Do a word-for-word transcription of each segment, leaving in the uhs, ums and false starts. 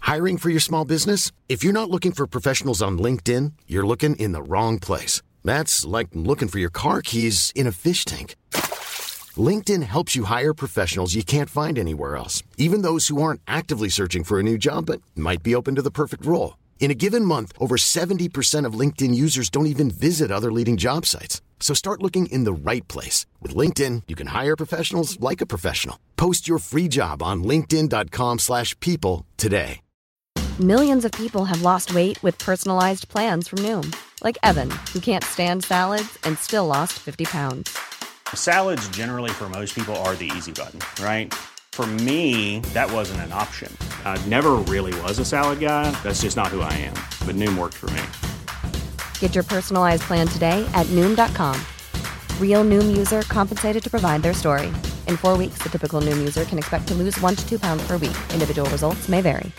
Hiring for your small business? If you're not looking for professionals on LinkedIn, you're looking in the wrong place. That's like looking for your car keys in a fish tank. LinkedIn helps you hire professionals you can't find anywhere else, even those who aren't actively searching for a new job but might be open to the perfect role. In a given month, over seventy percent of LinkedIn users don't even visit other leading job sites. So start looking in the right place. With LinkedIn, you can hire professionals like a professional. Post your free job on linkedin dot com slash people today. Millions of people have lost weight with personalized plans from Noom. Like Evan, who can't stand salads and still lost fifty pounds. Salads generally for most people are the easy button, right? For me, that wasn't an option. I never really was a salad guy. That's just not who I am. But Noom worked for me. Get your personalized plan today at Noom dot com. Real Noom user compensated to provide their story. In four weeks, the typical Noom user can expect to lose one to two pounds per week. Individual results may vary.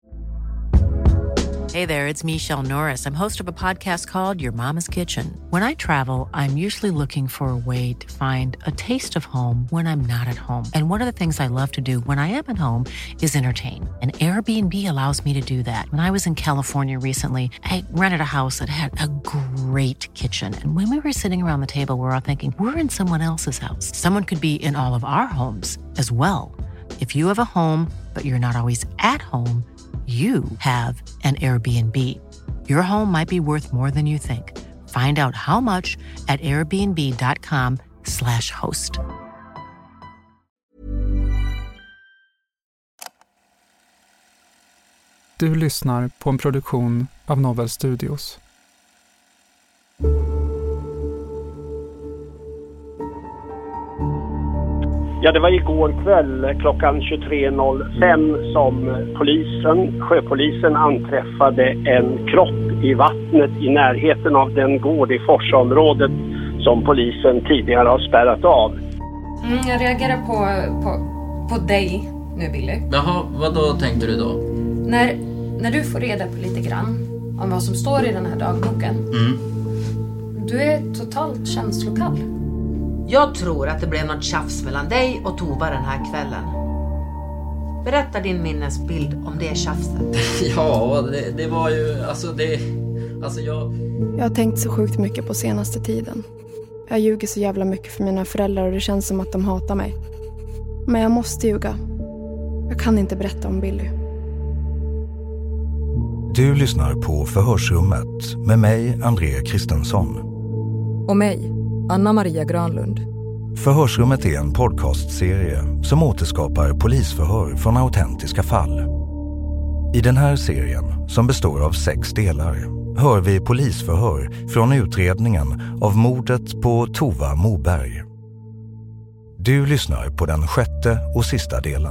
Hey there, it's Michelle Norris. I'm host of a podcast called Your Mama's Kitchen. When I travel, I'm usually looking for a way to find a taste of home when I'm not at home. And one of the things I love to do when I am at home is entertain. And Airbnb allows me to do that. When I was in California recently, I rented a house that had a great kitchen. And when we were sitting around the table, we were all thinking, we're in someone else's house. Someone could be in all of our homes as well. If you have a home, but you're not always at home, you have an Airbnb. Your home might be worth more than you think. Find out how much at airbnb dot com slash host. Du lyssnar på en produktion av Novel Studios. Ja, det var igår kväll klockan tjugotre noll fem som polisen, sjöpolisen anträffade en kropp i vattnet i närheten av den gård i Forsområdet som polisen tidigare har spärrat av. Mm, jag reagerar på, på, på dig nu, Billy. Jaha, vad då tänkte du då? När, när du får reda på lite grann om vad som står i den här dagboken. Mm. Du är totalt känslokall. Jag tror att det blev något tjafs mellan dig och Tova den här kvällen. Berätta din minnesbild om det tjafset. Ja, det, det var ju... Alltså det... Alltså jag... Jag har tänkt så sjukt mycket på senaste tiden. Jag ljuger så jävla mycket för mina föräldrar och det känns som att de hatar mig. Men jag måste ljuga. Jag kan inte berätta om Billy. Du lyssnar på Förhörsrummet med mig, André Kristensson. Och mig, Anna-Maria Granlund. Förhörsrummet är en podcastserie som återskapar polisförhör från autentiska fall. I den här serien, som består av sex delar, hör vi polisförhör från utredningen av mordet på Tova Moberg. Du lyssnar på den sjätte och sista delen.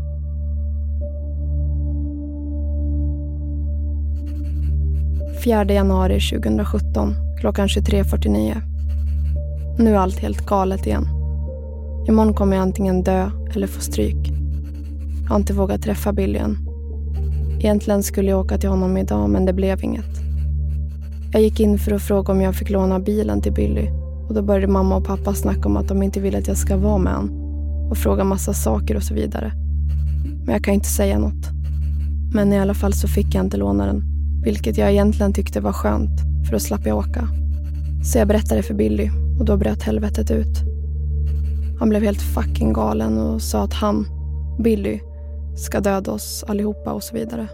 fjärde januari tjugohundrasjutton, klockan tjugotre fyrtionio. Nu är allt helt galet igen. Imorgon kommer jag antingen dö eller få stryk. Jag har inte vågat träffa Billy än. Egentligen skulle jag åka till honom idag, men det blev inget. Jag gick in för att fråga om jag fick låna bilen till Billy. Och då började mamma och pappa snacka om att de inte vill att jag ska vara med han. Och fråga massa saker och så vidare. Men jag kan inte säga något. Men i alla fall så fick jag inte låna den. Vilket jag egentligen tyckte var skönt, för då slapp jag åka. Så jag berättade för Billy och då bröt helvetet ut. Han blev helt fucking galen och sa att han, Billy, ska döda oss allihopa och så vidare.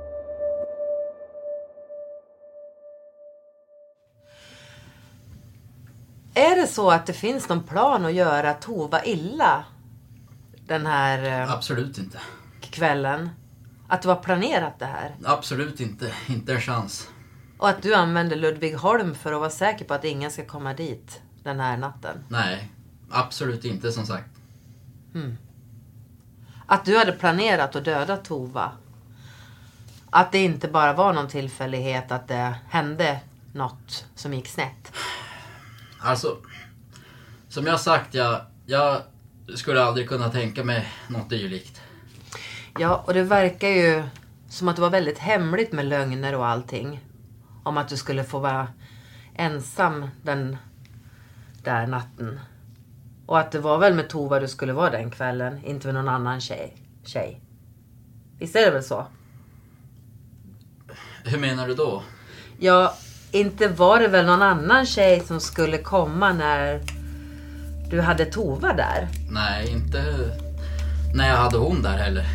Är det så att det finns någon plan att göra Tova illa den här eh, Absolut inte. kvällen? Att det var planerat det här? Absolut inte. Inte en chans. Och att du använder Ludvig Holm för att vara säker på att ingen ska komma dit den här natten? Nej, absolut inte som sagt. Hmm. Att du hade planerat att döda Tova. Att det inte bara var någon tillfällighet att det hände något som gick snett. Alltså, som jag sagt, jag, jag skulle aldrig kunna tänka mig något dylikt. Ja, och det verkar ju som att det var väldigt hemligt med lögner och allting. Om att du skulle få vara ensam den där natten. Och att det var väl med Tova du skulle vara den kvällen, inte med någon annan tjej. tjej. Visst är det väl så? Hur menar du då? Ja, inte var det väl någon annan tjej som skulle komma när du hade Tova där? Nej, inte när jag hade hon där heller.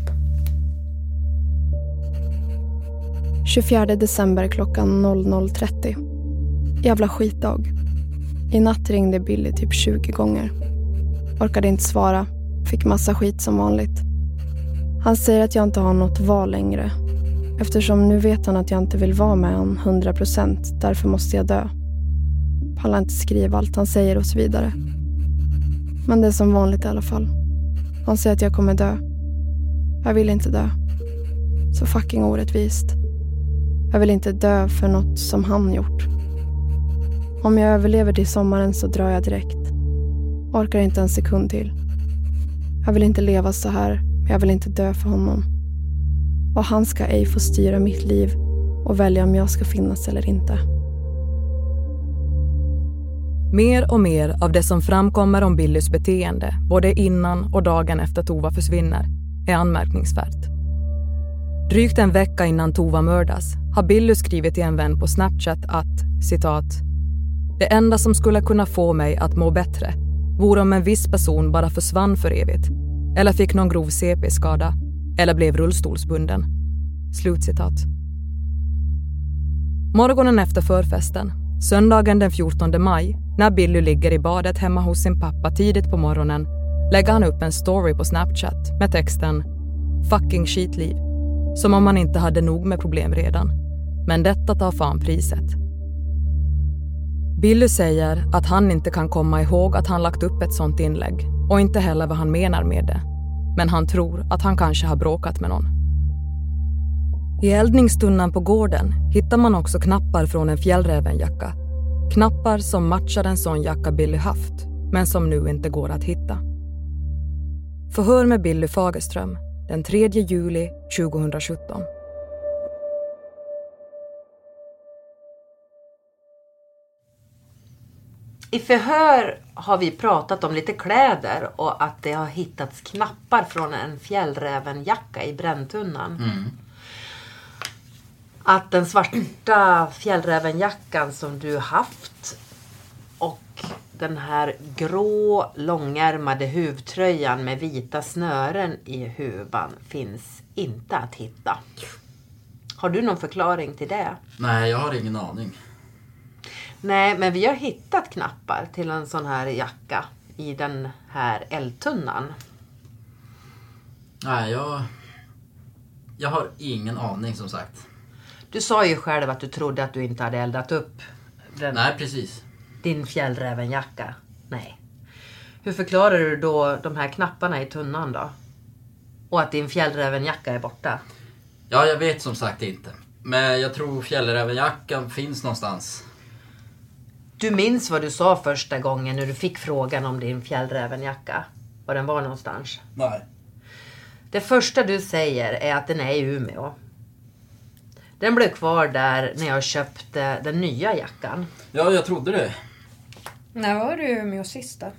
tjugofjärde december klockan noll noll trettio. Jävla skitdag. I natt ringde Billy typ tjugo gånger. Orkade inte svara. Fick massa skit som vanligt. Han säger att jag inte har något val längre. Eftersom nu vet han att jag inte vill vara med han hundra procent. Därför måste jag dö. Pallar inte skriva allt han säger och så vidare. Men det är som vanligt i alla fall. Han säger att jag kommer dö. Jag vill inte dö. Så fucking orättvist. Jag vill inte dö för något som han gjort. Om jag överlever till sommaren så drar jag direkt. Orkar inte en sekund till. Jag vill inte leva så här, men jag vill inte dö för honom. Och han ska ej få styra mitt liv och välja om jag ska finnas eller inte. Mer och mer av det som framkommer om Billys beteende, både innan och dagen efter Tova försvinner, är anmärkningsvärt. Drygt en vecka innan Tova mördas har Billy skrivit till en vän på Snapchat att, citat, det enda som skulle kunna få mig att må bättre vore om en viss person bara försvann för evigt, eller fick någon grov C P-skada, eller blev rullstolsbunden. Slutcitat. Morgonen efter förfesten, söndagen den fjortonde maj, när Billy ligger i badet hemma hos sin pappa tidigt på morgonen, lägger han upp en story på Snapchat med texten fucking skitliv. Som om man inte hade nog med problem redan. Men detta tar fan priset. Billy säger att han inte kan komma ihåg att han lagt upp ett sånt inlägg. Och inte heller vad han menar med det. Men han tror att han kanske har bråkat med någon. I eldningstunnan på gården hittar man också knappar från en fjällrävenjacka. Knappar som matchar en sån jacka Billy haft. Men som nu inte går att hitta. Förhör med Billy Fagerström. Den tredje juli tjugohundrasjutton. I förhör har vi pratat om lite kläder och att det har hittats knappar från en fjällrävenjacka i bränntunnan. Mm. Att den svarta fjällrävenjackan som du haft och den här grå långärmade huvtröjan med vita snören i huvan finns inte att hitta. Har du någon förklaring till det? Nej, jag har ingen aning. Nej, men vi har hittat knappar till en sån här jacka i den här eldtunnan. Nej, jag... Jag har ingen aning som sagt. Du sa ju själv att du trodde att du inte hade eldat upp den... Nej, precis. Din fjällrävenjacka. Nej. Hur förklarar du då de här knapparna i tunnan då? Och att din fjällrävenjacka är borta? Ja, jag vet som sagt inte. Men jag tror fjällrävenjackan finns någonstans. Du minns vad du sa första gången när du fick frågan om din fjällrävenjacka? Var den var någonstans? Nej. Det första du säger är att den är i Umeå. Den blev kvar där när jag köpte den nya jackan. Ja, jag trodde det. När var du i Umeå sist då?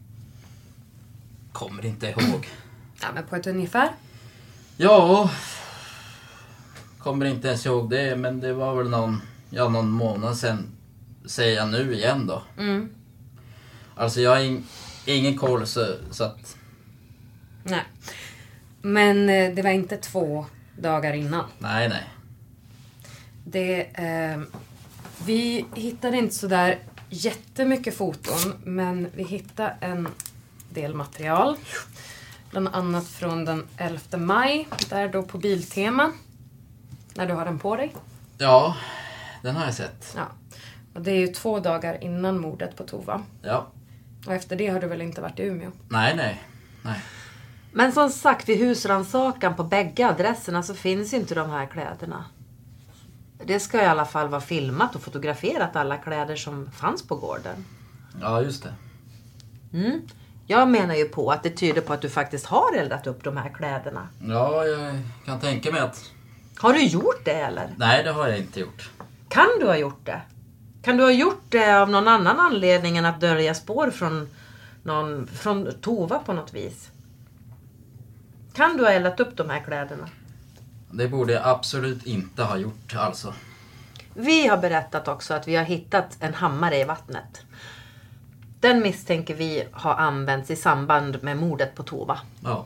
Kommer inte ihåg. Ja, men på ett ungefär. Ja. Kommer inte ens ihåg det, men det var väl någon, ja, någon månad sedan. Säger jag nu igen då. Mm. Alltså jag har in, ingen koll så, så att... Nej. Men eh, det var inte två dagar innan. Nej, nej. Det, eh, vi hittade inte så där jättemycket foton, men vi hittade en del material. Bland annat från den elfte maj, där då på Biltema. När du har den på dig. Ja, den har jag sett. Ja. Och det är ju två dagar innan mordet på Tova. Ja. Och efter det har du väl inte varit i Umeå? Nej, nej. nej. Men som sagt, vid husrannsakan på bägge adresserna så finns inte de här kläderna. Det ska i alla fall vara filmat och fotograferat alla kläder som fanns på gården. Ja, just det. Mm. Jag menar ju på att det tyder på att du faktiskt har eldat upp de här kläderna. Ja, jag kan tänka mig att... Har du gjort det eller? Nej, det har jag inte gjort. Kan du ha gjort det? Kan du ha gjort det av någon annan anledning än att dölja spår från, någon, från Tova på något vis? Kan du ha eldat upp de här kläderna? Det borde jag absolut inte ha gjort alltså. Vi har berättat också att vi har hittat en hammare i vattnet. Den misstänker vi har använts i samband med mordet på Tova. Ja.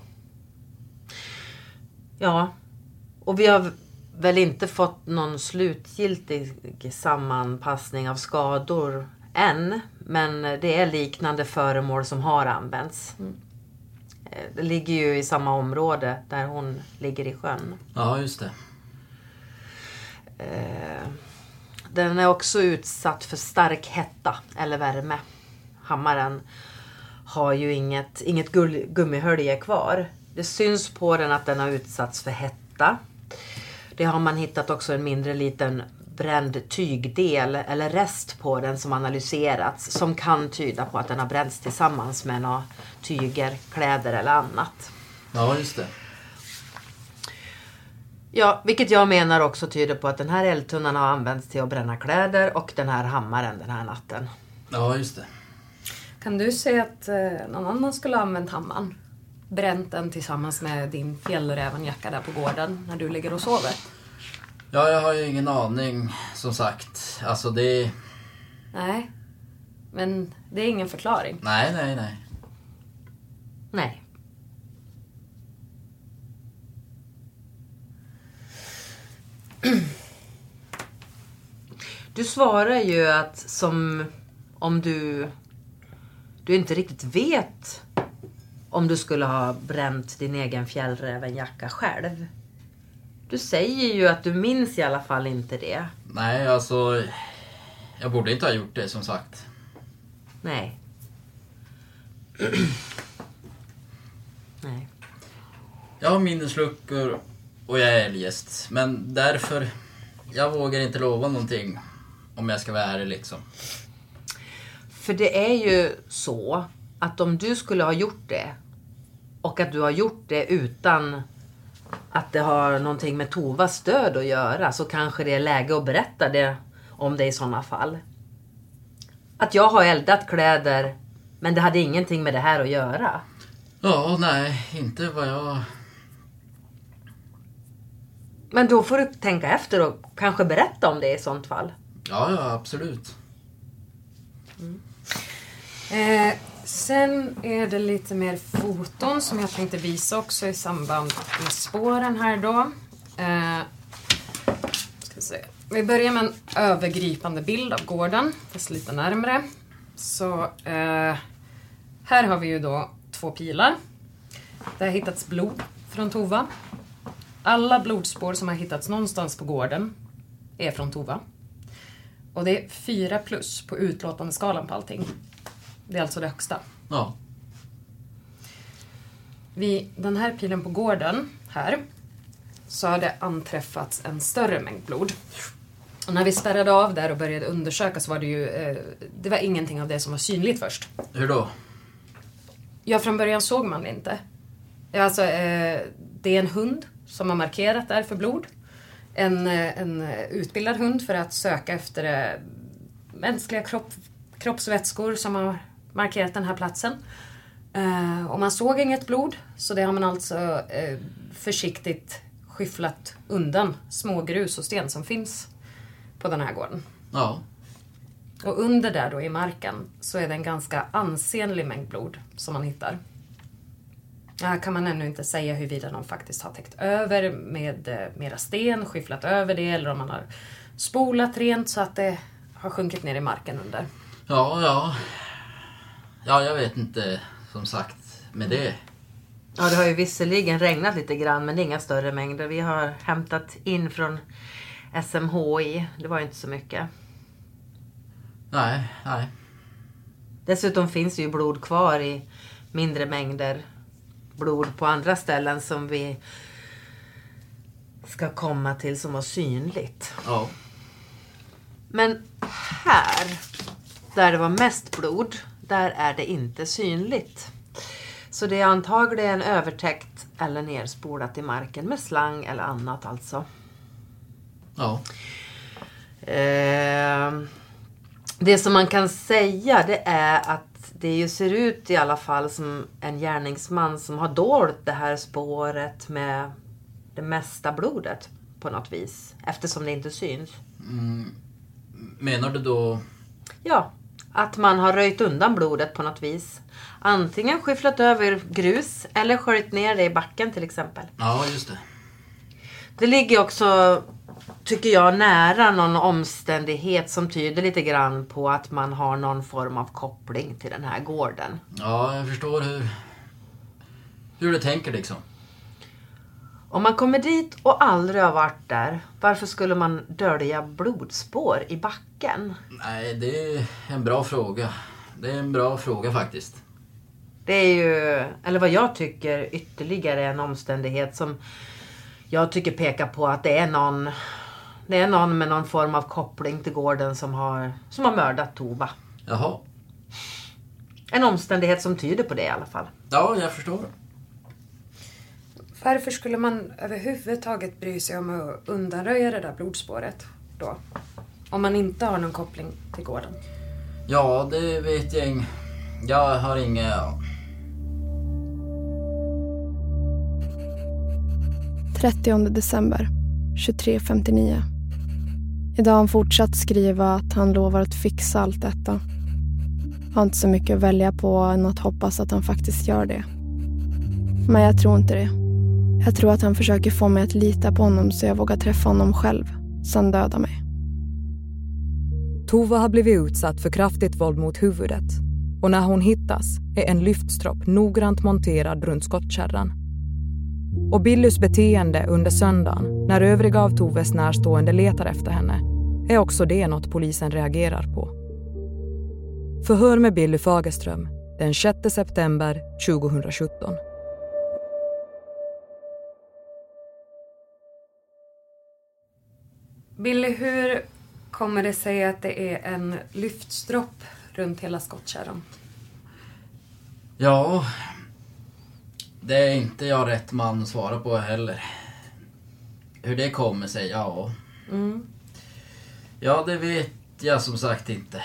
Ja, och vi har väl inte fått någon slutgiltig sammanpassning av skador än. Men det är liknande föremål som har använts. Mm. Det ligger ju i samma område där hon ligger i sjön. Ja, just det. Den är också utsatt för stark hetta eller värme. Hammaren har ju inget, inget gummihölje kvar. Det syns på den att den har utsatts för hetta. Det har man hittat också en mindre liten bränd tygdel eller rest på den som analyserats. Som kan tyda på att den har bränts tillsammans med några tyger, kläder eller annat. Ja, just det. Ja, vilket jag menar också tyder på att den här eldtunnan har använts till att bränna kläder och den här hammaren den här natten. Ja, just det. Kan du säga att eh, någon annan skulle ha använt hammaren? Bränt den tillsammans med din fjällrävenjacka där på gården när du ligger och sover? Ja, jag har ju ingen aning, som sagt. Alltså det... Nej, men det är ingen förklaring. Nej, nej, nej. Nej. Du svarar ju att som om du du inte riktigt vet om du skulle ha bränt din egen fjällrävenjacka själv. Du säger ju att du minns i alla fall inte det. Nej, alltså jag borde inte ha gjort det, som sagt. Nej. Nej. Jag har minnesluckor och jag är eljest. Men därför, jag vågar inte lova någonting om jag ska vara ärlig liksom. För det är ju så att om du skulle ha gjort det och att du har gjort det utan att det har någonting med Tovas död att göra, så kanske det är läge att berätta det om det i sådana fall. Att jag har eldat kläder men det hade ingenting med det här att göra. Ja, nej, inte vad jag... Men då får du tänka efter och kanske berätta om det i sånt fall. Ja, ja, absolut. Mm. Eh, sen är det lite mer foton som jag tänkte visa också i samband med spåren här då. Eh, ska vi, se. vi börjar med en övergripande bild av gården, fast lite närmare. Så eh, här har vi ju då två pilar. Det har hittats blod från Tova. Alla blodspår som har hittats någonstans på gården är från Tova. Och det är fyra plus på utlåtande skalan på allting. Det är alltså det högsta. Ja. Vid den här pilen på gården här så har det anträffats en större mängd blod. Och när vi spärrade av där och började undersöka så var det ju eh, det var ingenting av det som var synligt först. Hur då? Ja, från början såg man det inte. Alltså, eh, det är en hund som har markerat där för blod. En, en utbildad hund för att söka efter eh, mänskliga kropp, kroppsvätskor som har markerat den här platsen. Eh, och man såg inget blod, så det har man alltså eh, försiktigt skyfflat undan små grus och sten som finns på den här gården. Ja. Och under där då i marken så är det en ganska ansenlig mängd blod som man hittar. Här kan man ännu inte säga huruvida de faktiskt har täckt över med eh, mera sten, skyfflat över det, eller om man har spolat rent så att det har sjunkit ner i marken under. Ja, ja. Ja, jag vet inte, som sagt, med det. Ja, det har ju visserligen regnat lite grann, men det är inga större mängder. Vi har hämtat in från S M H I. Det var inte så mycket. Nej, nej. Dessutom finns det ju blod kvar i mindre mängder. Blod på andra ställen som vi ska komma till som var synligt. Ja. Men här, där det var mest blod, där är det inte synligt. Så det är antagligen övertäckt eller nerspolat i marken med slang eller annat alltså. Ja. Eh, det som man kan säga, det är att det ju ser ut i alla fall som en gärningsman som har dolt det här spåret med det mesta blodet på något vis. Eftersom det inte syns. Mm. Menar du då? Ja, att man har röjt undan blodet på något vis. Antingen skyfflat över grus eller sköljt ner det i backen till exempel. Ja, just det. Det ligger också, tycker jag, nära någon omständighet som tyder lite grann på att man har någon form av koppling till den här gården. Ja, jag förstår hur, hur du tänker liksom. Om man kommer dit och aldrig har varit där, varför skulle man dölja blodspår i backen? Nej, det är en bra fråga. Det är en bra fråga faktiskt. Det är ju, eller vad jag tycker, ytterligare en omständighet som jag tycker pekar på att det är någon, det är någon med någon form av koppling till gården som har, som har mördat Tova. Jaha. En omständighet som tyder på det i alla fall. Ja, jag förstår. Varför skulle man överhuvudtaget bry sig om att undanröja det där blodspåret då? Om man inte har någon koppling till gården. Ja, det vet jag inte. Jag har inga... trettionde december, tjugotre femtionio. Idag har han fortsatt skriva att han lovar att fixa allt detta. Jag har inte så mycket att välja på än att hoppas att han faktiskt gör det. Men jag tror inte det. Jag tror att han försöker få mig att lita på honom så jag vågar träffa honom själv, sen döda mig. Tova har blivit utsatt för kraftigt våld mot huvudet. Och när hon hittas är en lyftstropp noggrant monterad runt skottkärran. Och Billys beteende under söndagen, när övriga av Toves närstående letar efter henne, är också det något polisen reagerar på. Förhör med Billy Fagerström den sjätte september tjugohundrasjutton. Billy, hur kommer det sig att det är en lyftstropp runt hela skottkärran? Ja, det är inte jag rätt man att svara på heller. Hur det kommer sig, ja. Mm. Ja, det vet jag som sagt inte.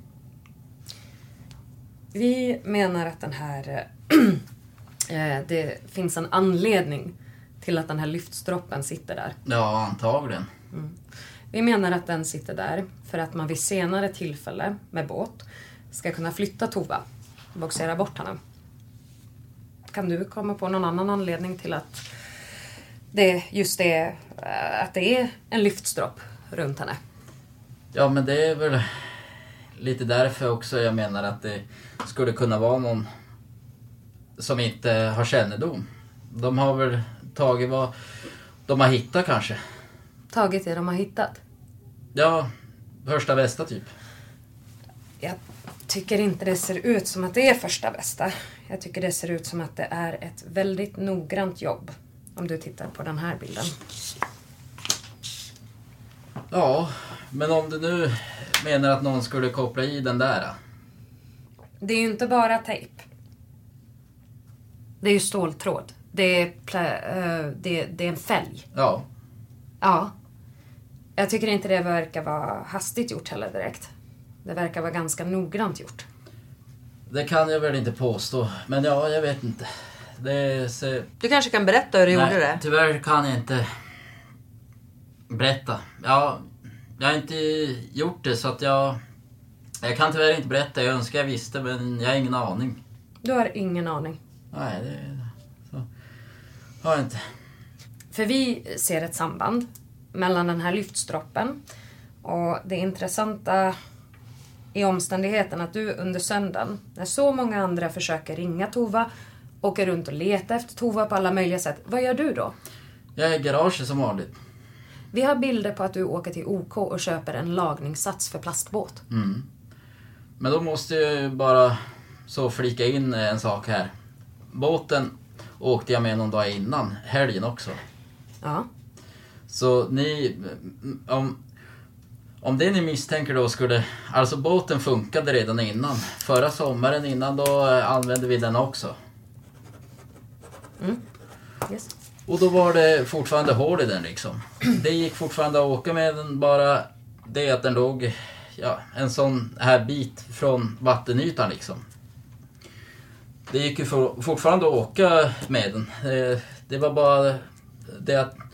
Vi menar att den här... eh, det finns en anledning till att den här lyftstroppen sitter där. Ja, antagligen. Mm. Vi menar att den sitter där för att man vid senare tillfälle med båt ska kunna flytta Tova och boxera bort henne. Kan du komma på någon annan anledning till att det just är att det är en lyftstropp runt henne? Ja, men det är väl lite därför också jag menar att det skulle kunna vara någon som inte har kännedom. De har väl tagit vad de har hittat kanske. Tagit det de har hittat? Ja, första bästa typ. Jag tycker inte det ser ut som att det är första bästa. Jag tycker det ser ut som att det är ett väldigt noggrant jobb. Om du tittar på den här bilden. Ja, men om du nu menar att någon skulle koppla i den där. Det är ju inte bara tejp. Det är ju ståltråd. Det är, plä, uh, det, det är en fälg. Ja. Ja. Jag tycker inte det verkar vara hastigt gjort heller direkt. Det verkar vara ganska noggrant gjort. Det kan jag väl inte påstå. Men ja, jag vet inte. Det ser... Du kanske kan berätta hur du Nej, gjorde det? Tyvärr kan jag inte berätta. Ja, jag har inte gjort det så att jag... Jag kan tyvärr inte berätta. Jag önskar jag visste, men jag har ingen aning. Du har ingen aning? Nej, det så har jag inte. För vi ser ett samband mellan den här lyftstroppen och det intressanta i omständigheten att du under söndagen, när så många andra försöker ringa Tova, åker runt och letar efter Tova på alla möjliga sätt. Vad gör du då? Jag är i garaget som vanligt. Vi har bilder på att du åker till OK och köper en lagningssats för plastbåt. Mm. Men då måste jag bara så flika in en sak här. Båten åkte jag med någon dag innan, helgen också. Ja. Så ni, om, om det ni misstänker då skulle, alltså båten funkade redan innan. Förra sommaren innan då använde vi den också. Mm. Yes. Och då var det fortfarande hål i den liksom. Det gick fortfarande att åka med den, bara det att den låg ja, en sån här bit från vattenytan liksom. Det gick ju för, fortfarande att åka med den. Det, det var bara det att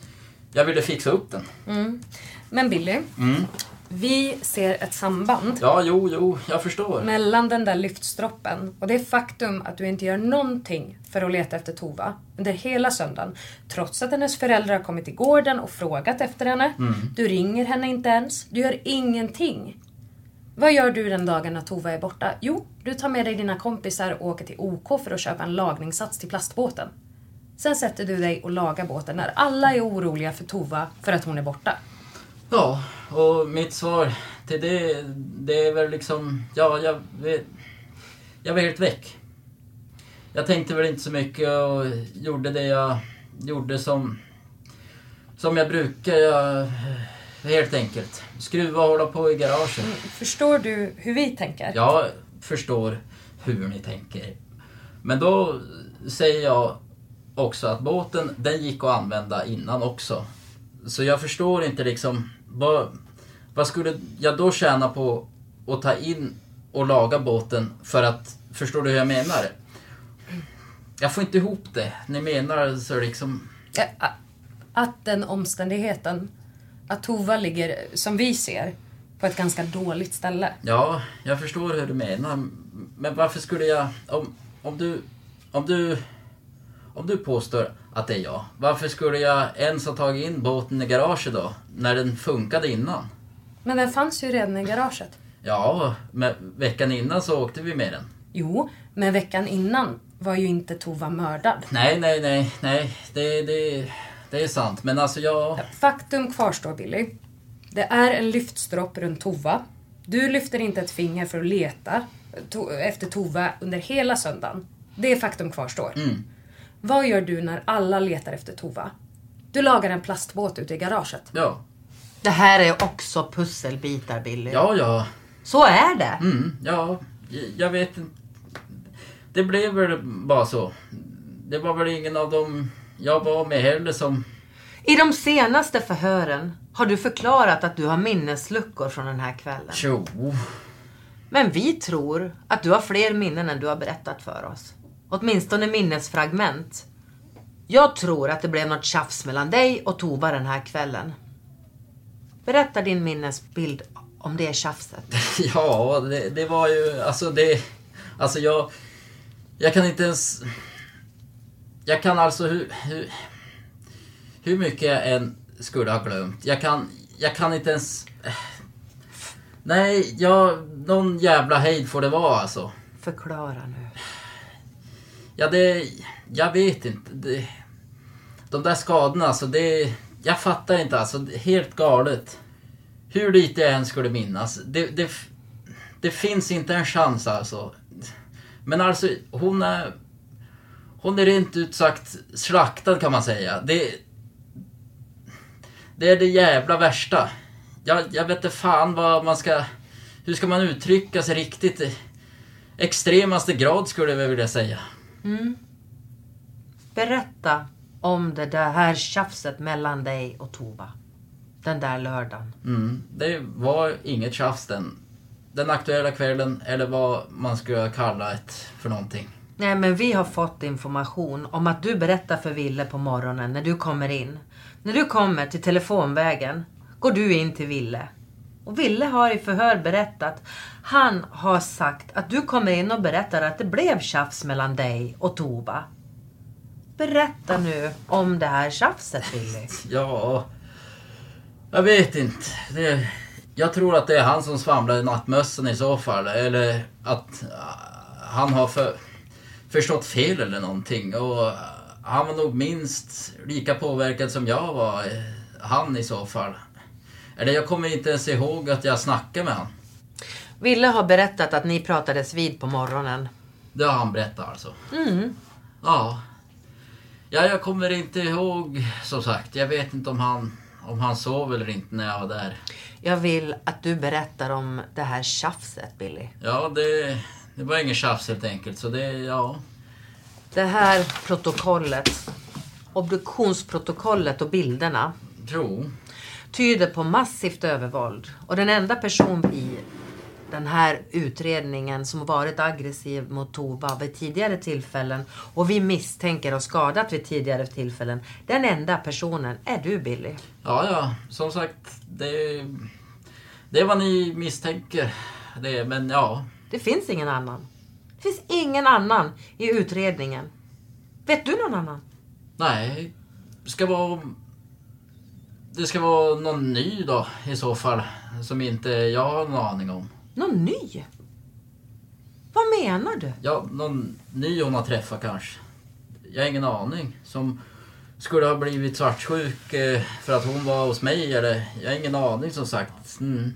jag ville fixa upp den. Mm. Men Billy, Mm. vi ser ett samband. Ja, jo, jo, jag förstår. Mellan den där lyftstroppen och det faktum att du inte gör någonting för att leta efter Tova under hela söndagen. Trots att hennes föräldrar har kommit till gården och frågat efter henne. Mm. Du ringer henne inte ens. Du gör ingenting. Vad gör du den dagen när Tova är borta? Jo, du tar med dig dina kompisar och åker till OK för att köpa en lagningssats till plastbåten. Sen sätter du dig och lagar båten när alla är oroliga för Tova för att hon är borta. Ja, och mitt svar till det, det är väl liksom, ja, jag vet, jag var helt väck. Jag tänkte väl inte så mycket och gjorde det jag gjorde som, som jag brukar, jag, helt enkelt. Skruva och hålla på i garaget. Mm, förstår du hur vi tänker? Jag förstår hur ni tänker. Men då säger jag också att båten, den gick att använda innan också. Så jag förstår inte liksom, vad, vad skulle jag då tjäna på att ta in och laga båten för att, förstår du hur jag menar? Jag får inte ihop det. Ni menar så liksom... Ja, att den omständigheten, att Tova ligger, som vi ser, på ett ganska dåligt ställe. Ja, jag förstår hur du menar. Men varför skulle jag, om, om du, om du, om du påstår att det är jag, varför skulle jag ens ha tagit in båten i garaget då, när den funkade innan? Men den fanns ju redan i garaget. Ja, men veckan innan så åkte vi med den. Jo, men veckan innan var ju inte Tova mördad. Nej, nej, nej, nej, det, det, det är sant. Men alltså jag... Faktum kvarstår, Billy. Det är en lyftstropp runt Tova. Du lyfter inte ett finger för att leta to- efter Tova under hela söndagen. Det faktum kvarstår. Mm. Vad gör du när alla letar efter Tova? Du lagar en plastbåt ute i garaget. Ja. Det här är också pusselbitar, Billy. Ja, ja. Så är det. Mm, ja, jag vet inte. Det blev väl bara så. Det var väl ingen av dem jag var med heller som... I de senaste förhören har du förklarat att du har minnesluckor från den här kvällen. Jo. Men vi tror att du har fler minnen än du har berättat för oss. Åtminstone minnesfragment. Jag tror att det blev något tjafs mellan dig och Tova den här kvällen. Berätta din minnesbild om det tjafset. Ja, det, det var ju... Alltså det... Alltså jag... Jag kan inte ens... Jag kan alltså hur... Hur, hur mycket jag än skulle ha glömt. Jag kan... Jag kan inte ens... Nej, jag... Någon jävla hejd får det vara alltså. Förklara nu. Ja, det... Jag vet inte. Det, de där skadorna, alltså det... Jag fattar inte alltså. Helt galet. Hur lite jag än skulle minnas. Det, det, det finns inte en chans alltså. Men alltså, hon är... Hon är rent ut sagt slaktad kan man säga. Det... Det är det jävla värsta. Jag, jag vet inte fan vad man ska... Hur ska man uttrycka sig riktigt? Extremaste grad skulle jag vilja säga. Mm. Berätta om det där här tjafset mellan dig och Tova. Den där lördagen. Mm. Det var inget tjafs den. Den aktuella kvällen, eller vad man skulle kalla ett för någonting. Nej, men vi har fått information om att du berättar för Ville på morgonen när du kommer in. När du kommer till telefonvägen går du in till Ville. Och Ville har i förhör berättat, han har sagt att du kommer in och berättar att det blev tjafs mellan dig och Tova. Berätta nu om det här tjafset, Ville. Ja, jag vet inte. Det, jag tror att det är han som svamlar i nattmössan i så fall. Eller att han har för, förstått fel eller någonting. Och han var nog minst lika påverkad som jag var. Han i så fall. Eller jag kommer inte ens ihåg att jag snackade med han. Ville har berättat att ni pratades vid på morgonen. Det har han berättat alltså. Mm. Ja. Ja, jag kommer inte ihåg som sagt. Jag vet inte om han, om han sov eller inte när jag var där. Jag vill att du berättar om det här tjafset, Billy. Ja, det, det var ingen tjafs helt enkelt. Så det, ja. Det här protokollet, obduktionsprotokollet och bilderna. Jo. Tyder på massivt övervåld. Och den enda person i den här utredningen som varit aggressiv mot Tova vid tidigare tillfällen och vi misstänker och skadat vid tidigare tillfällen. Den enda personen är du, Billy. Ja, ja. Som sagt, det, det är vad ni misstänker. Det, men ja. Det finns ingen annan. Det finns ingen annan i utredningen. Vet du någon annan? Nej, det ska vara... Det ska vara någon ny då i så fall. Som inte jag har någon aning om. Någon ny? Vad menar du? Ja, någon ny hon har träffat kanske. Jag har ingen aning. Som skulle ha blivit svartsjuk eh, för att hon var hos mig. Eller, jag har ingen aning som sagt. Mm.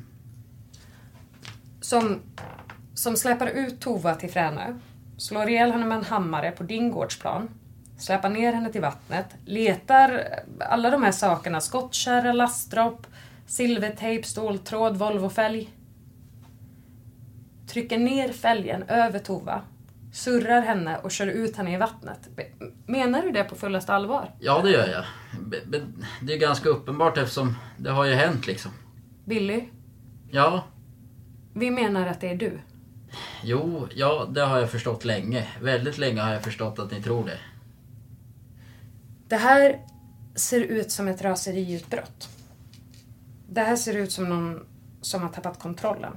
Som, som släpar ut Tova till Fränö. Slår ihjäl henne med en hammare på din gårdsplan. Släpar ner henne till vattnet. Letar alla de här sakerna. Skottkärra, lastdropp, silvertejp, ståltråd, Volvo-fälg. Trycker ner fälgen över Tova. Surrar henne och kör ut henne i vattnet. Menar du det på fullast allvar? Ja, det gör jag. Det är ganska uppenbart eftersom det har ju hänt liksom. Billy? Ja? Vi menar att det är du. Jo, ja, det har jag förstått länge. Väldigt länge har jag förstått att ni tror det. Det här ser ut som ett raseriutbrott. Det här ser ut som någon som har tappat kontrollen.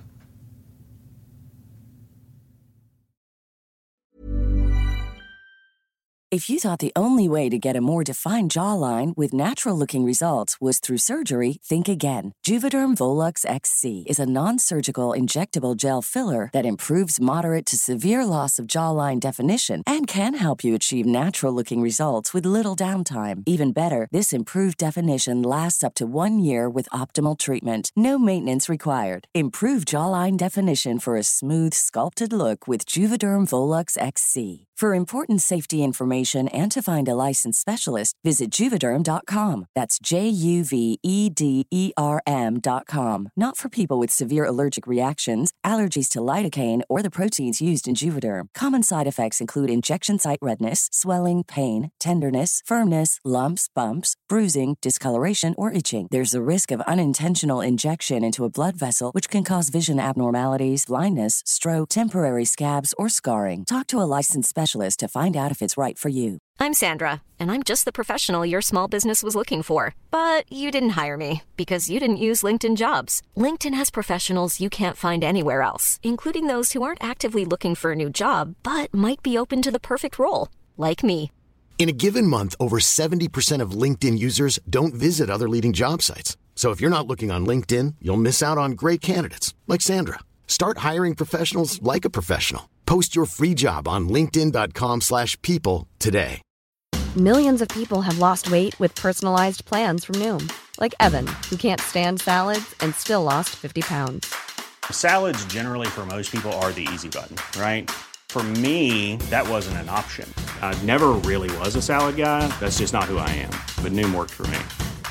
If you thought the only way to get a more defined jawline with natural-looking results was through surgery, think again. Juvederm Volux X C is a non-surgical injectable gel filler that improves moderate to severe loss of jawline definition and can help you achieve natural-looking results with little downtime. Even better, this improved definition lasts up to one year with optimal treatment. No maintenance required. Improve jawline definition for a smooth, sculpted look with Juvederm Volux X C. For important safety information and to find a licensed specialist, visit Juvederm dot com. That's J U V E D E R M dot com. Not for people with severe allergic reactions, allergies to lidocaine, or the proteins used in Juvederm. Common side effects include injection site redness, swelling, pain, tenderness, firmness, lumps, bumps, bruising, discoloration, or itching. There's a risk of unintentional injection into a blood vessel, which can cause vision abnormalities, blindness, stroke, temporary scabs, or scarring. Talk to a licensed specialist to find out if it's right for you. I'm Sandra, and I'm just the professional your small business was looking for. But you didn't hire me because you didn't use LinkedIn Jobs. LinkedIn has professionals you can't find anywhere else, including those who aren't actively looking for a new job, but might be open to the perfect role, like me. In a given month, over seventy percent of LinkedIn users don't visit other leading job sites. So if you're not looking on LinkedIn, you'll miss out on great candidates like Sandra. Start hiring professionals like a professional. Post your free job on linkedin dot com slash people today. Millions of people have lost weight with personalized plans from Noom. Like Evan, who can't stand salads and still lost fifty pounds. Salads generally for most people are the easy button, right? For me, that wasn't an option. I never really was a salad guy. That's just not who I am. But Noom worked for me.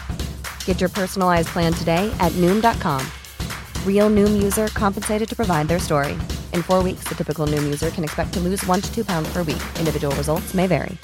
Get your personalized plan today at Noom dot com. Real Noom user compensated to provide their story. In four weeks, the typical Noom user can expect to lose one to two pounds per week. Individual results may vary.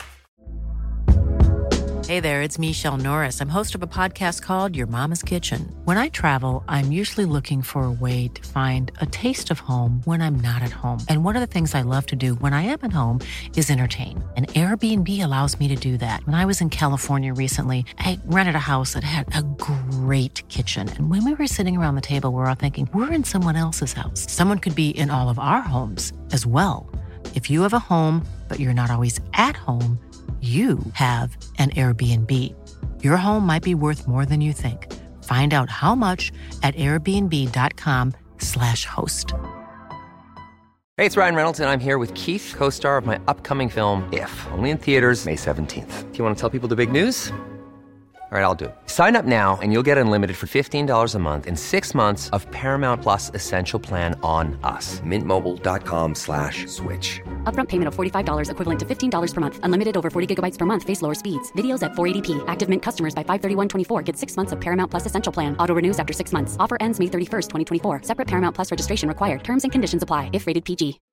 Hey there, it's Michelle Norris. I'm host of a podcast called Your Mama's Kitchen. When I travel, I'm usually looking for a way to find a taste of home when I'm not at home. And one of the things I love to do when I am at home is entertain. And Airbnb allows me to do that. When I was in California recently, I rented a house that had a great kitchen. And when we were sitting around the table, we were all thinking, we're in someone else's house. Someone could be in all of our homes as well. If you have a home, but you're not always at home, you have an Airbnb. Your home might be worth more than you think. Find out how much at airbnb dot com slash host. Hey, it's Ryan Reynolds, and I'm here with Keith, co-star of my upcoming film, If, only in theaters May seventeenth. Do you want to tell people the big news? All right, I'll do it. Sign up now and you'll get unlimited for fifteen dollars a month and six months of Paramount Plus Essential Plan on us. Mint Mobile dot com slash switch. Upfront payment of forty-five dollars equivalent to fifteen dollars per month. Unlimited over forty gigabytes per month. Face lower speeds. Videos at four eighty p. Active Mint customers by five thirty-one twenty-four get six months of Paramount Plus Essential Plan. Auto renews after six months. Offer ends May thirty-first, twenty twenty-four. Separate Paramount Plus registration required. Terms and conditions apply if rated P G.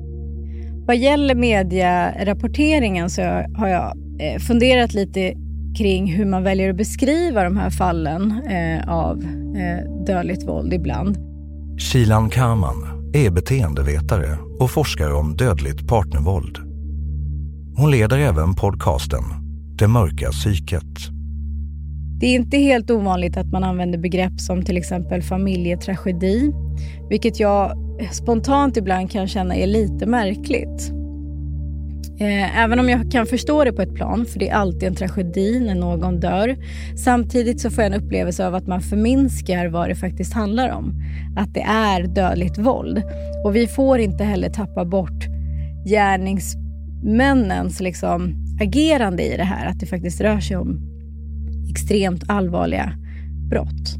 Vad gäller medierapporteringen så har jag funderat lite kring hur man väljer att beskriva de här fallen eh, av eh, dödligt våld ibland. Shilan Karman är beteendevetare och forskar om dödligt partnervåld. Hon leder även podcasten Det mörka psyket. Det är inte helt ovanligt att man använder begrepp som till exempel familjetragedi, vilket jag spontant ibland kan känna är lite märkligt. Även om jag kan förstå det på ett plan, för det är alltid en tragedi när någon dör. Samtidigt så får jag en upplevelse av att man förminskar vad det faktiskt handlar om. Att det är dödligt våld. Och vi får inte heller tappa bort gärningsmännens liksom agerande i det här. Att det faktiskt rör sig om extremt allvarliga brott.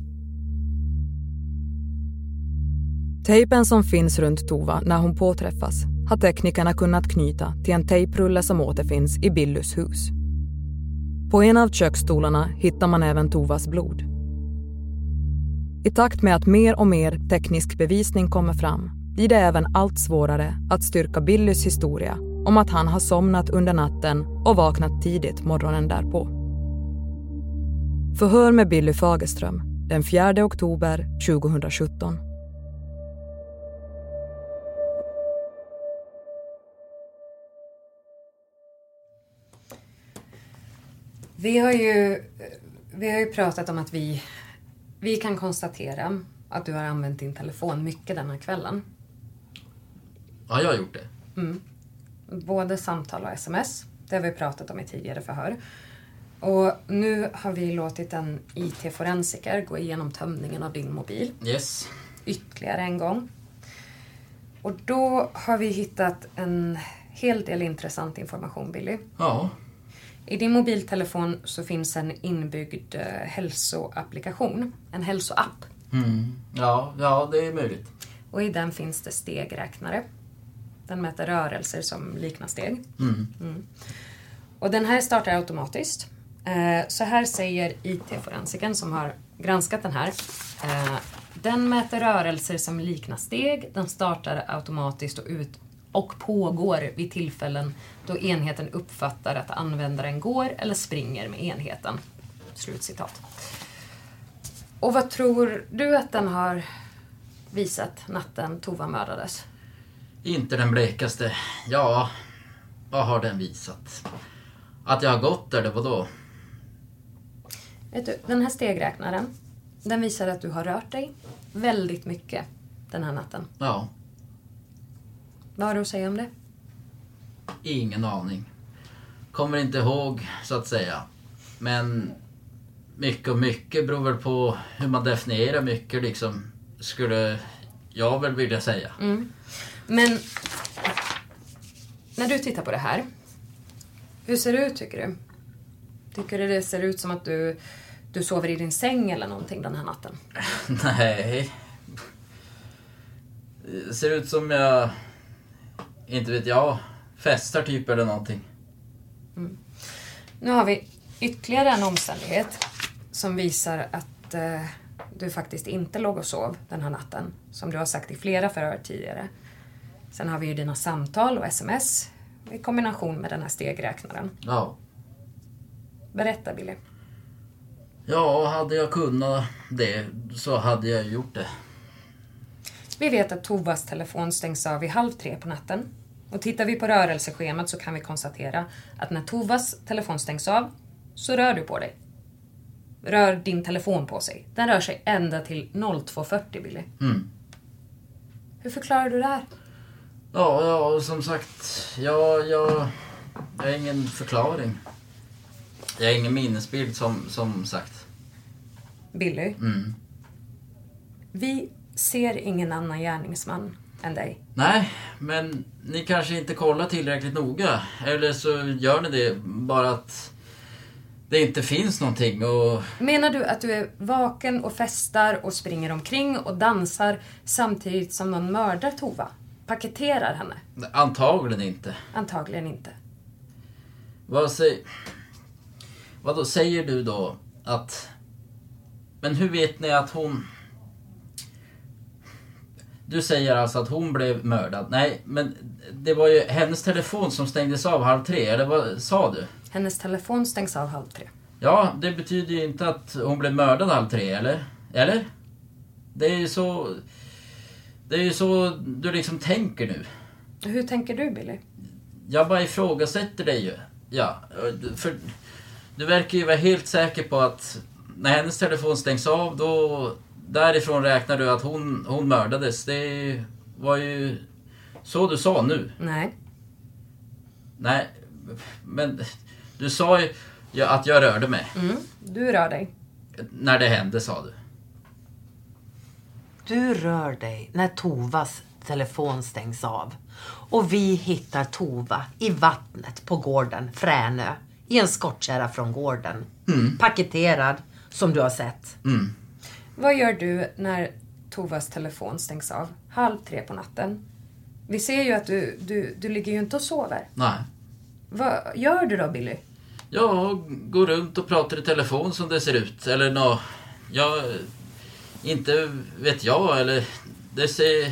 Tejpen som finns runt Tova när hon påträffas har teknikerna kunnat knyta till en tejprulle som återfinns i Billys hus. På en av köksstolarna hittar man även Tovas blod. I takt med att mer och mer teknisk bevisning kommer fram blir det även allt svårare att styrka Billys historia om att han har somnat under natten och vaknat tidigt morgonen därpå. Förhör med Billy Fagerström den fjärde oktober tjugohundrasjutton. Vi har ju, vi har ju pratat om att vi, vi kan konstatera att du har använt din telefon mycket den här kvällen. Ja, jag har gjort det. Mm. Både samtal och sms. Det har vi pratat om i tidigare förhör. Och nu har vi låtit en I T-forensiker gå igenom tömningen av din mobil. Yes. Ytterligare en gång. Och då har vi hittat en hel del intressant information, Billy. Ja. I din mobiltelefon så finns en inbyggd eh, hälsoapplikation. En hälsoapp. Mm. Ja, ja, det är möjligt. Och i den finns det stegräknare. Den mäter rörelser som liknar steg. Mm. Mm. Och den här startar automatiskt. Eh, så här säger I T-forensiken som har granskat den här. Eh, den mäter rörelser som liknar steg. Den startar automatiskt och ut och pågår vid tillfällen då enheten uppfattar att användaren går eller springer med enheten. Slutcitat. Och vad tror du att den har visat natten Tova mördades? Inte den blekaste. Ja, vad har den visat? Att jag har gått där, det var då? Vet du, den här stegräknaren, den visar att du har rört dig väldigt mycket den här natten. Ja. Vad har du att säga om det? Ingen aning. Kommer inte ihåg, så att säga. Men mycket och mycket beror väl på hur man definierar mycket, liksom, skulle jag väl vilja säga. Mm. Men när du tittar på det här, hur ser det ut tycker du? Tycker du det ser ut som att du, du sover i din säng eller någonting den här natten? Nej. Det ser ut som jag, inte vet jag, festar typ eller någonting. Mm. Nu har vi ytterligare en omständighet som visar att eh, du faktiskt inte låg och sov den här natten. Som du har sagt i flera förhör tidigare. Sen har vi ju dina samtal och sms i kombination med den här stegräknaren. Ja. Berätta, Billy. Ja, hade jag kunnat det så hade jag gjort det. Vi vet att Tovas telefon stängs av vid halv tre på natten. Och tittar vi på rörelseschemat så kan vi konstatera att när Tovas telefon stängs av så rör du på dig. Rör din telefon på sig. Den rör sig ända till två fyrtio, Billy. Mm. Hur förklarar du det här? Ja, ja, som sagt, jag, jag, jag har ingen förklaring. Jag har ingen minnesbild som, som sagt. Billy, Mm. vi ser ingen annan gärningsman än dig. Nej, men ni kanske inte kollar tillräckligt noga. Eller så gör ni det bara att det inte finns någonting. Och... Menar du att du är vaken och festar och springer omkring och dansar samtidigt som någon mördar Tova? Paketerar henne? Antagligen inte. Antagligen inte. Vad säger... Vad då säger du då att... Men hur vet ni att hon... Du säger alltså att hon blev mördad. Nej, men det var ju hennes telefon som stängdes av halv tre. Eller vad sa du? Hennes telefon stängs av halv tre. Ja, det betyder ju inte att hon blev mördad halv tre, eller? Eller? Det är ju så... Det är ju så du liksom tänker nu. Hur tänker du, Billy? Jag bara ifrågasätter dig ju. Ja, för du verkar ju vara helt säker på att när hennes telefon stängs av, då därifrån räknar du att hon, hon mördades. Det var ju så du sa nu. Nej. Nej, men du sa ju att jag rörde mig. Mm, du rör dig. När det hände, sa du. Du rör dig när Tovas telefon stängs av. Och vi hittar Tova i vattnet på gården Fränö. I en skottkärra från gården. Mm. Paketerad, som du har sett. Mm. Vad gör du när Tovas telefon stängs av? Halv tre på natten. Vi ser ju att du, du, du ligger ju inte och sover. Nej. Vad gör du då, Billy? Jag går runt och pratar i telefon som det ser ut. Eller nå, jag... Inte vet jag, eller det ser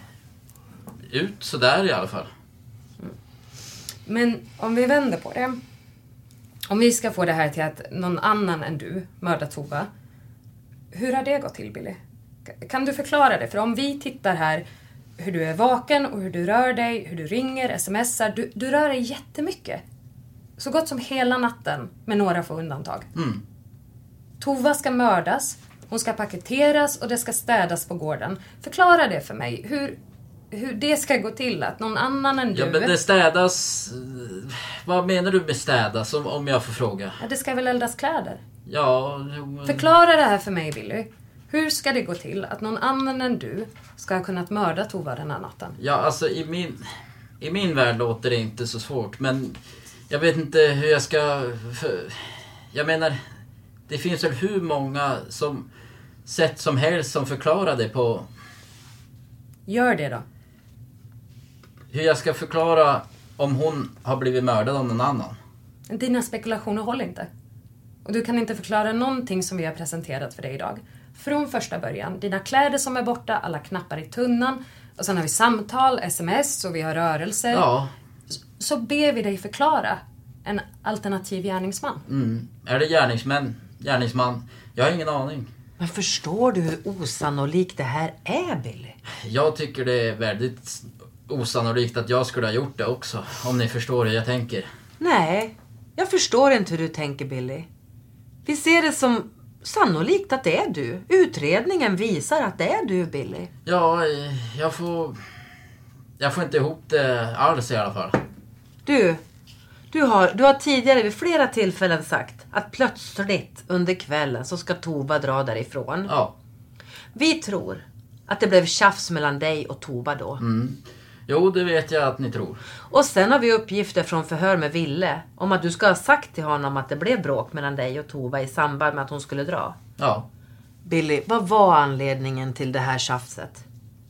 ut så där i alla fall. Mm. Men om vi vänder på det. Om vi ska få det här till att någon annan än du mördar Tova. Hur har det gått till, Billy? Kan du förklara det? För om vi tittar här hur du är vaken och hur du rör dig, hur du ringer, smsar. Du, du rör dig jättemycket. Så gott som hela natten, med några få undantag. Mm. Tova ska mördas, hon ska paketeras och det ska städas på gården. Förklara det för mig. Hur, hur det ska gå till att någon annan än du... Ja, men det städas... Vad menar du med städas, om, om jag får fråga? Ja, det ska väl eldas kläder? Ja... Men... Förklara det här för mig, Billy. Hur ska det gå till att någon annan än du ska ha kunnat mörda Tova den här natten? Ja, alltså i min... I min värld låter det inte så svårt, men... Jag vet inte hur jag ska... För, jag menar... Det finns väl hur många som sätt som helst som förklarar det på... Gör det då. Hur jag ska förklara om hon har blivit mördad av någon annan. Dina spekulationer håller inte. Och du kan inte förklara någonting som vi har presenterat för dig idag. Från första början. Dina kläder som är borta, alla knappar i tunnan. Och sen har vi samtal, sms och vi har rörelser. Ja. Så ber vi dig förklara en alternativ gärningsman. Mm. Är det gärningsmän? Gärningsman? Jag har ingen aning. Men förstår du hur osannolikt det här är, Billy? Jag tycker det är väldigt osannolikt att jag skulle ha gjort det också. Om ni förstår hur jag tänker. Nej, jag förstår inte hur du tänker, Billy. Vi ser det som sannolikt att det är du. Utredningen visar att det är du, Billy. Ja, jag får... Jag får inte ihop det alls i alla fall. Du, du har, du har tidigare vid flera tillfällen sagt att plötsligt under kvällen så ska Tova dra därifrån. Ja. Vi tror att det blev tjafs mellan dig och Tova då. Mm. Jo, det vet jag att ni tror. Och sen har vi uppgifter från förhör med Ville om att du ska ha sagt till honom att det blev bråk mellan dig och Tova i samband med att hon skulle dra. Ja. Billy, vad var anledningen till det här tjafset?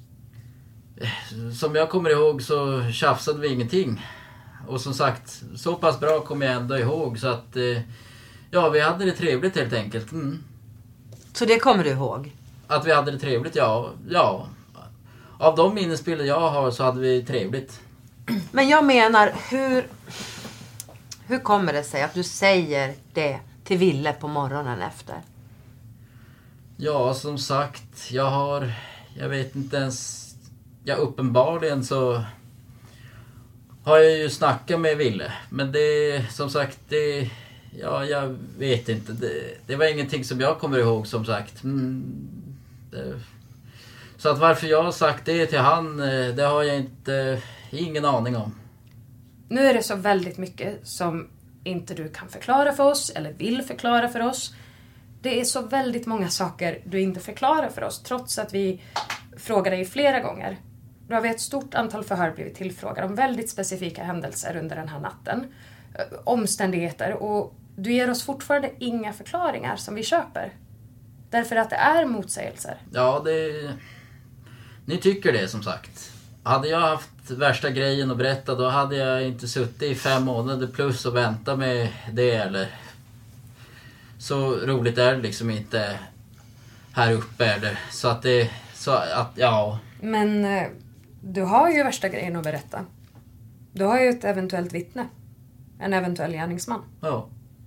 Som jag kommer ihåg så tjafsade vi ingenting. Och som sagt, så pass bra kommer jag ändå ihåg så att ja, vi hade det trevligt helt enkelt. Mm. Så det kommer du ihåg? Att vi hade det trevligt, ja. Ja. Av de minnesbilder jag har så hade vi trevligt. Men jag menar, hur hur kommer det sig att du säger det till Ville på morgonen efter? Ja, som sagt, jag har, jag vet inte ens, ja uppenbarligen så har jag ju snackat med Ville. Men det, som sagt, det, ja jag vet inte, det, det var ingenting som jag kommer ihåg som sagt. Mm, det, så att varför jag har sagt det till han, det har jag inte, ingen aning om. Nu är det så väldigt mycket som inte du kan förklara för oss eller vill förklara för oss. Det är så väldigt många saker du inte förklarar för oss trots att vi frågar dig flera gånger. Du har vid ett stort antal förhör blivit tillfrågad om väldigt specifika händelser under den här natten. Omständigheter och du ger oss fortfarande inga förklaringar som vi köper. Därför att det är motsägelser. Ja, det... Ni tycker det som sagt. Hade jag haft värsta grejen att berätta då hade jag inte suttit i fem månader plus och väntat med det eller... Så roligt är det liksom inte här uppe eller så att det... Så att, ja... Men eh, du har ju värsta grejen att berätta. Du har ju ett eventuellt vittne. En eventuell gärningsman. Ja.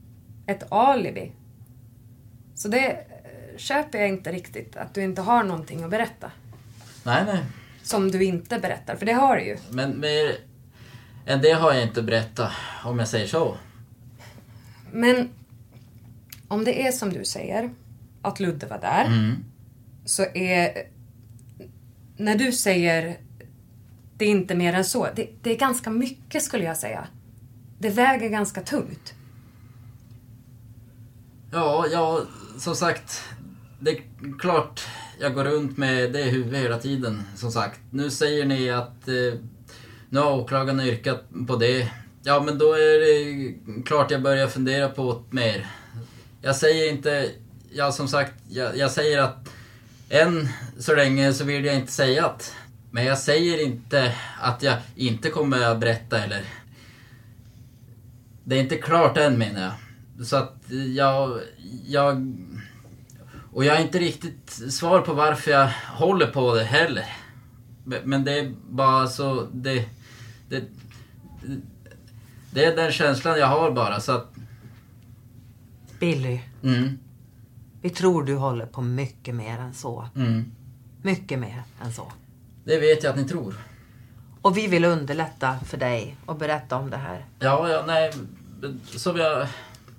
ett alibi. Så det köper jag inte riktigt, att du inte har någonting att berätta. Nej, nej. Som du inte berättar, för det har du ju. Men mer än det har jag inte berättat, om jag säger så. Men om det är som du säger, att Ludde var där, Mm. så är... När du säger det är inte mer än så, det, det är ganska mycket skulle jag säga. Det väger ganska tungt. Ja, ja, som sagt, det är klart jag går runt med det i huvudet hela tiden, som sagt. Nu säger ni att eh, nu har åklagaren yrkat på det. Ja, men då är det klart jag börjar fundera på mer. Jag säger inte, ja som sagt, jag, jag säger att än så länge så vill jag inte säga att. Men jag säger inte att jag inte kommer att berätta eller... Det är inte klart än, menar jag. Så att jag... jag och jag har inte riktigt svar på varför jag håller på det heller. Men det är bara så... Det, det, det är den känslan jag har bara, så att... Billy. Mm. Vi tror du håller på mycket mer än så. Mm. Mycket mer än så. Det vet jag att ni tror. Och vi vill underlätta för dig och berätta om det här. Ja, ja, nej. Som jag...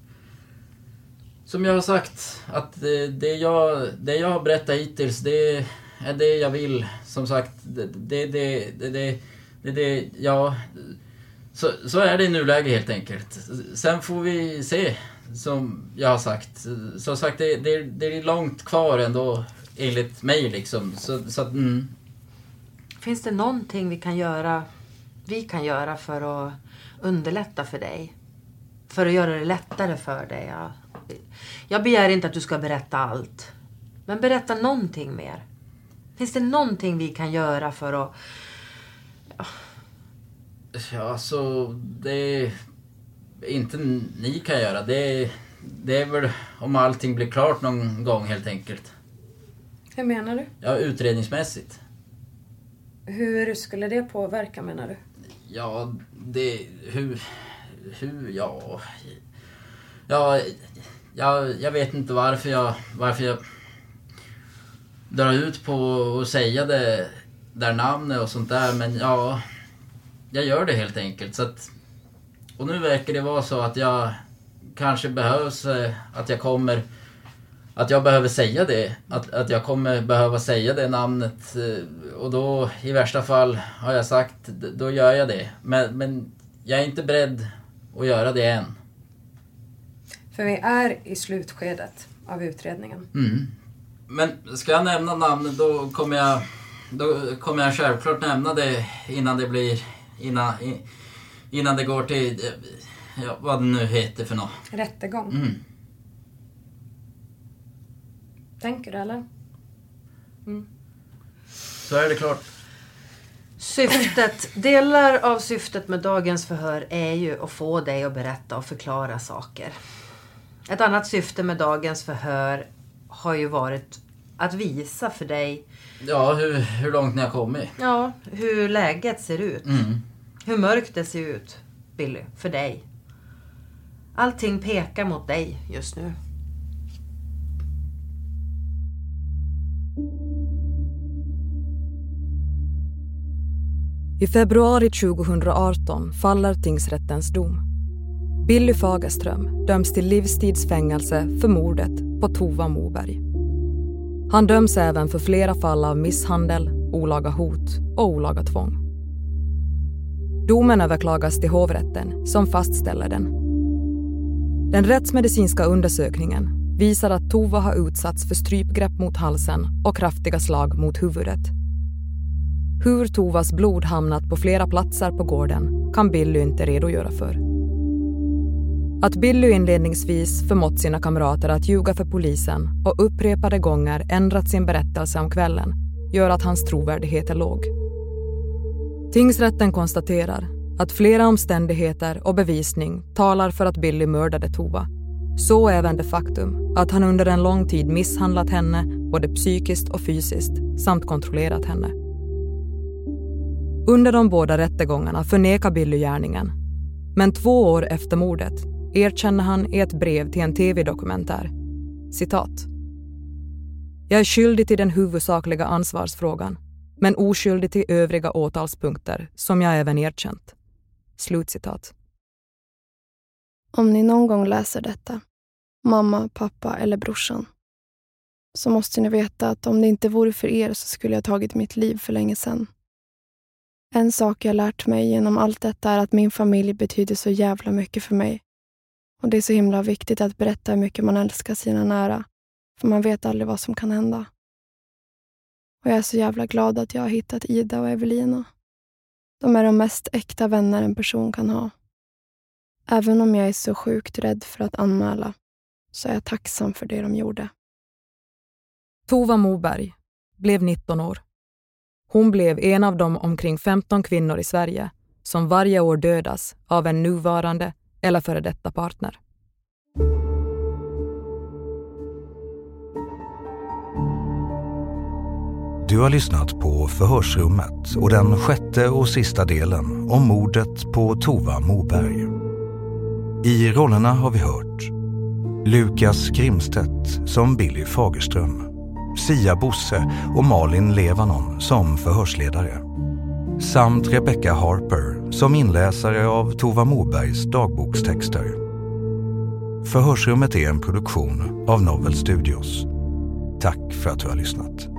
Som jag har sagt, att det, det, jag, det jag har berättat hittills, det är det jag vill. Som sagt, det det, det, det, det, det, det ja... Så, så är det i nuläget helt enkelt. Sen får vi se, som jag har sagt. Som sagt, det, det, det är långt kvar ändå, enligt mig liksom. Så, så att, mm. Finns det någonting vi kan göra, vi kan göra för att underlätta för dig? För att göra det lättare för dig? Ja. Jag begär inte att du ska berätta allt. Men berätta någonting mer. Finns det någonting vi kan göra för att... Ja, ja så det är inte ni kan göra. Det är, det är väl om allting blir klart någon gång helt enkelt. Hur menar du? Ja, utredningsmässigt. Hur skulle det påverka, menar du? Ja, det... Hur... Hur... Ja... Ja... Jag, jag vet inte varför jag... Varför jag... drar ut på att säga det där namnet och sånt där. Men ja... Jag gör det helt enkelt. Så att, och nu verkar det vara så att jag... Kanske behövs... Att jag kommer... Att jag behöver säga det. Att, att jag kommer behöva säga det namnet. Och då i värsta fall har jag sagt, då gör jag det. Men, men jag är inte beredd att göra det än. För vi är i slutskedet av utredningen. Mm. Men ska jag nämna namnet, då kommer jag, då kommer jag självklart nämna det innan det blir... Innan, innan det går till... Ja, vad det nu heter för något. Rättegång. Mm. Tänker du, eller? Mm. Så är det klart. Syftet, delar av syftet med dagens förhör är ju att få dig att berätta och förklara saker. Ett annat syfte med dagens förhör har ju varit att visa för dig... Ja, hur, hur långt ni har kommit. Ja, hur läget ser ut. Mm. Hur mörkt det ser ut, Billy, för dig. Allting pekar mot dig just nu. I februari tjugohundraarton faller tingsrättens dom. Billy Fagerström döms till livstidsfängelse för mordet på Tova Moberg. Han döms även för flera fall av misshandel, olaga hot och olaga tvång. Domen överklagas till hovrätten som fastställer den. Den rättsmedicinska undersökningen visar att Tova har utsatts för strypgrepp mot halsen och kraftiga slag mot huvudet. Hur Tovas blod hamnat på flera platser på gården kan Billy inte redogöra för. Att Billy inledningsvis förmått sina kamrater att ljuga för polisen och upprepade gånger ändrat sin berättelse om kvällen gör att hans trovärdighet är låg. Tingsrätten konstaterar att flera omständigheter och bevisning talar för att Billy mördade Tova. Så även det faktum att han under en lång tid misshandlat henne både psykiskt och fysiskt samt kontrollerat henne. Under de båda rättegångarna förnekar Billy gärningen. Men två år efter mordet, erkänner han i ett brev till en tv-dokumentär. Citat. Jag är skyldig till den huvudsakliga ansvarsfrågan, men oskyldig till övriga åtalspunkter som jag även erkänt. Slutcitat. Om ni någon gång läser detta, mamma, pappa eller brorsan, så måste ni veta att om det inte vore för er så skulle jag tagit mitt liv för länge sedan. En sak jag lärt mig genom allt detta är att min familj betyder så jävla mycket för mig. Och det är så himla viktigt att berätta hur mycket man älskar sina nära, för man vet aldrig vad som kan hända. Och jag är så jävla glad att jag har hittat Ida och Evelina. De är de mest äkta vänner en person kan ha. Även om jag är så sjukt rädd för att anmäla, så är jag tacksam för det de gjorde. Tova Moberg blev nitton år. Hon blev en av de omkring femton kvinnor i Sverige som varje år dödas av en nuvarande eller före detta partner. Du har lyssnat på Förhörsrummet och den sjätte och sista delen om mordet på Tova Moberg. I rollerna har vi hört Lukas Grimstedt som Billy Fagerström, Sia Bosse och Malin Levanon som förhörsledare, samt Rebecca Harper som inläsare av Tova Mobergs dagbokstexter. Förhörsrummet är en produktion av Novel Studios. Tack för att du har lyssnat.